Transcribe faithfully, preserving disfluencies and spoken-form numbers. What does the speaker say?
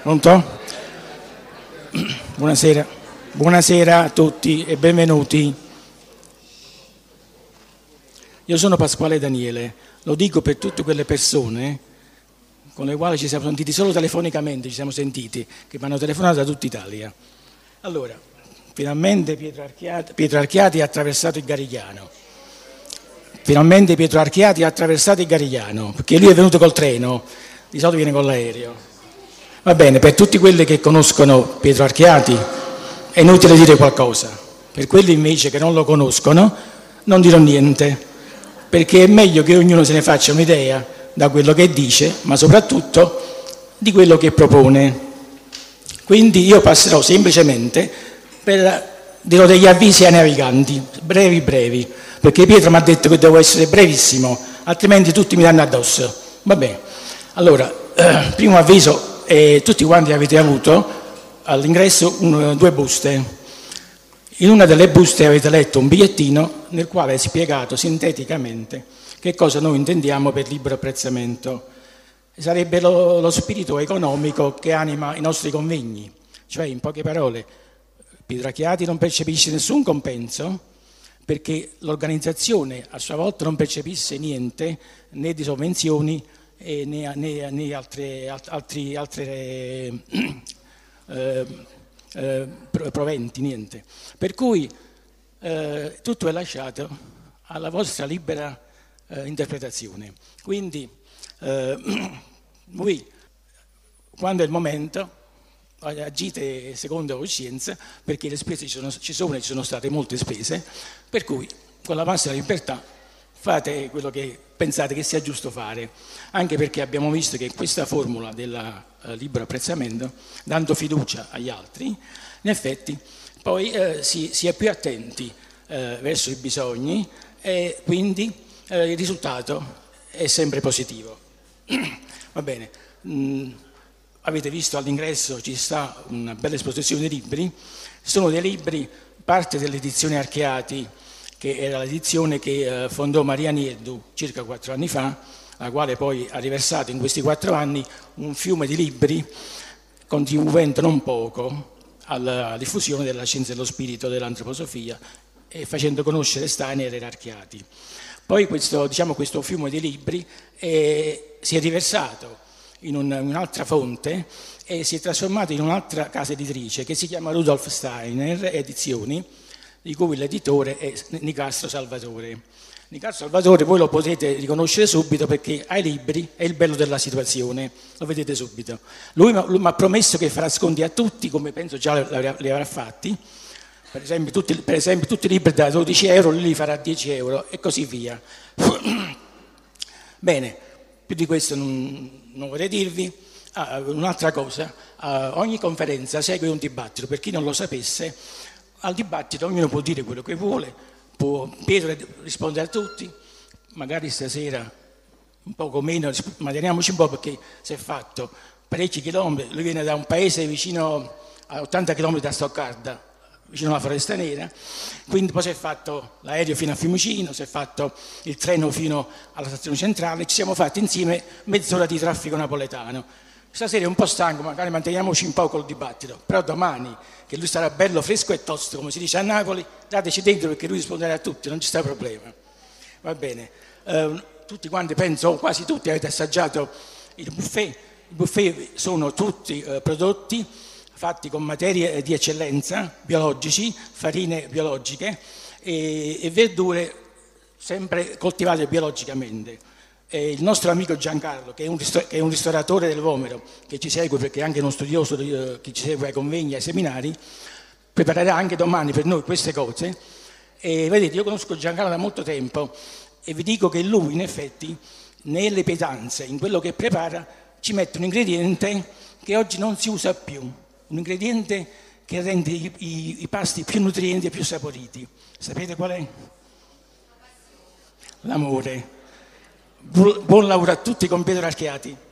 Pronto? Buonasera. Buonasera a tutti e benvenuti. Io sono Pasquale Daniele, lo dico per tutte quelle persone con le quali ci siamo sentiti solo telefonicamente, ci siamo sentiti, che mi hanno telefonato da tutta Italia. Allora, finalmente Pietro Archiati, Pietro Archiati ha attraversato il Garigliano. Finalmente Pietro Archiati ha attraversato il Garigliano, perché lui è venuto col treno, di solito viene con l'aereo. Va bene, per tutti quelli che conoscono Pietro Archiati è inutile dire qualcosa, per quelli invece che non lo conoscono non dirò niente, perché è meglio che ognuno se ne faccia un'idea da quello che dice, ma soprattutto di quello che propone. Quindi io passerò semplicemente per dirò degli avvisi ai naviganti, brevi brevi, perché Pietro mi ha detto che devo essere brevissimo, altrimenti tutti mi danno addosso. Va bene, allora, eh, primo avviso. E tutti quanti avete avuto all'ingresso un, due buste. In una delle buste avete letto un bigliettino nel quale è spiegato sinteticamente che cosa noi intendiamo per libero apprezzamento. Sarebbe lo, lo spirito economico che anima i nostri convegni, cioè in poche parole Pietro Archiati non percepisce nessun compenso perché l'organizzazione a sua volta non percepisse niente né di sovvenzioni e né, né, né altre, altri, altre eh, eh, proventi, niente. Per cui eh, tutto è lasciato alla vostra libera eh, interpretazione. Quindi eh, voi, quando è il momento, agite secondo coscienza, perché le spese ci sono, ci sono e ci sono state molte spese, per cui con la massima libertà fate quello che pensate che sia giusto fare, anche perché abbiamo visto che questa formula del uh, libero apprezzamento, dando fiducia agli altri, in effetti poi uh, si, si è più attenti uh, verso i bisogni e quindi uh, il risultato è sempre positivo. Va bene, mm, avete visto all'ingresso ci sta una bella esposizione di libri, sono dei libri, parte dell'edizione Archiati, che era l'edizione che eh, fondò Maria Nieddu circa quattro anni fa, la quale poi ha riversato in questi quattro anni un fiume di libri, contribuendo non poco alla diffusione della scienza dello spirito, dell'antroposofia e facendo conoscere Steiner e Archiati. Poi questo, diciamo, questo fiume di libri eh, si è riversato in, un, in un'altra fonte e si è trasformato in un'altra casa editrice che si chiama Rudolf Steiner Edizioni, di cui l'editore è Nicastro Salvatore. Nicastro Salvatore voi lo potete riconoscere subito perché ai libri è il bello della situazione, lo vedete subito. Lui mi ha promesso che farà sconti a tutti, come penso già li avrà fatti, per esempio tutti, per esempio, tutti i libri da dodici euro, lui li farà dieci euro e così via. Bene, più di questo non, non vorrei dirvi. Ah, un'altra cosa, ah, ogni conferenza segue un dibattito, per chi non lo sapesse. Al dibattito ognuno può dire quello che vuole, può Pietro rispondere a tutti, magari stasera un poco meno, ma teniamoci un po' perché si è fatto parecchi chilometri, lui viene da un paese vicino a ottanta chilometri da Stoccarda, vicino alla Foresta Nera, quindi poi si è fatto l'aereo fino a Fiumicino, si è fatto il treno fino alla stazione centrale, ci siamo fatti insieme mezz'ora di traffico napoletano. Stasera è un po' stanco, magari manteniamoci un po' col dibattito, però domani, che lui sarà bello fresco e tosto, come si dice a Napoli, dateci dentro perché lui risponderà a tutti, non ci sta problema. Va bene, eh, tutti quanti penso, o quasi tutti avete assaggiato il buffet. I buffet sono tutti eh, prodotti fatti con materie di eccellenza, biologici, farine biologiche e, e verdure sempre coltivate biologicamente. E il nostro amico Giancarlo, che è, un ristor- che è un ristoratore del Vomero, che ci segue perché è anche uno studioso di, uh, che ci segue ai convegni, ai seminari, preparerà anche domani per noi queste cose. E vedete, io conosco Giancarlo da molto tempo e vi dico che lui in effetti nelle pietanze, in quello che prepara, ci mette un ingrediente che oggi non si usa più, un ingrediente che rende i, i, i pasti più nutrienti e più saporiti. Sapete qual è? L'amore. Buon lavoro a tutti con Pietro Archiati.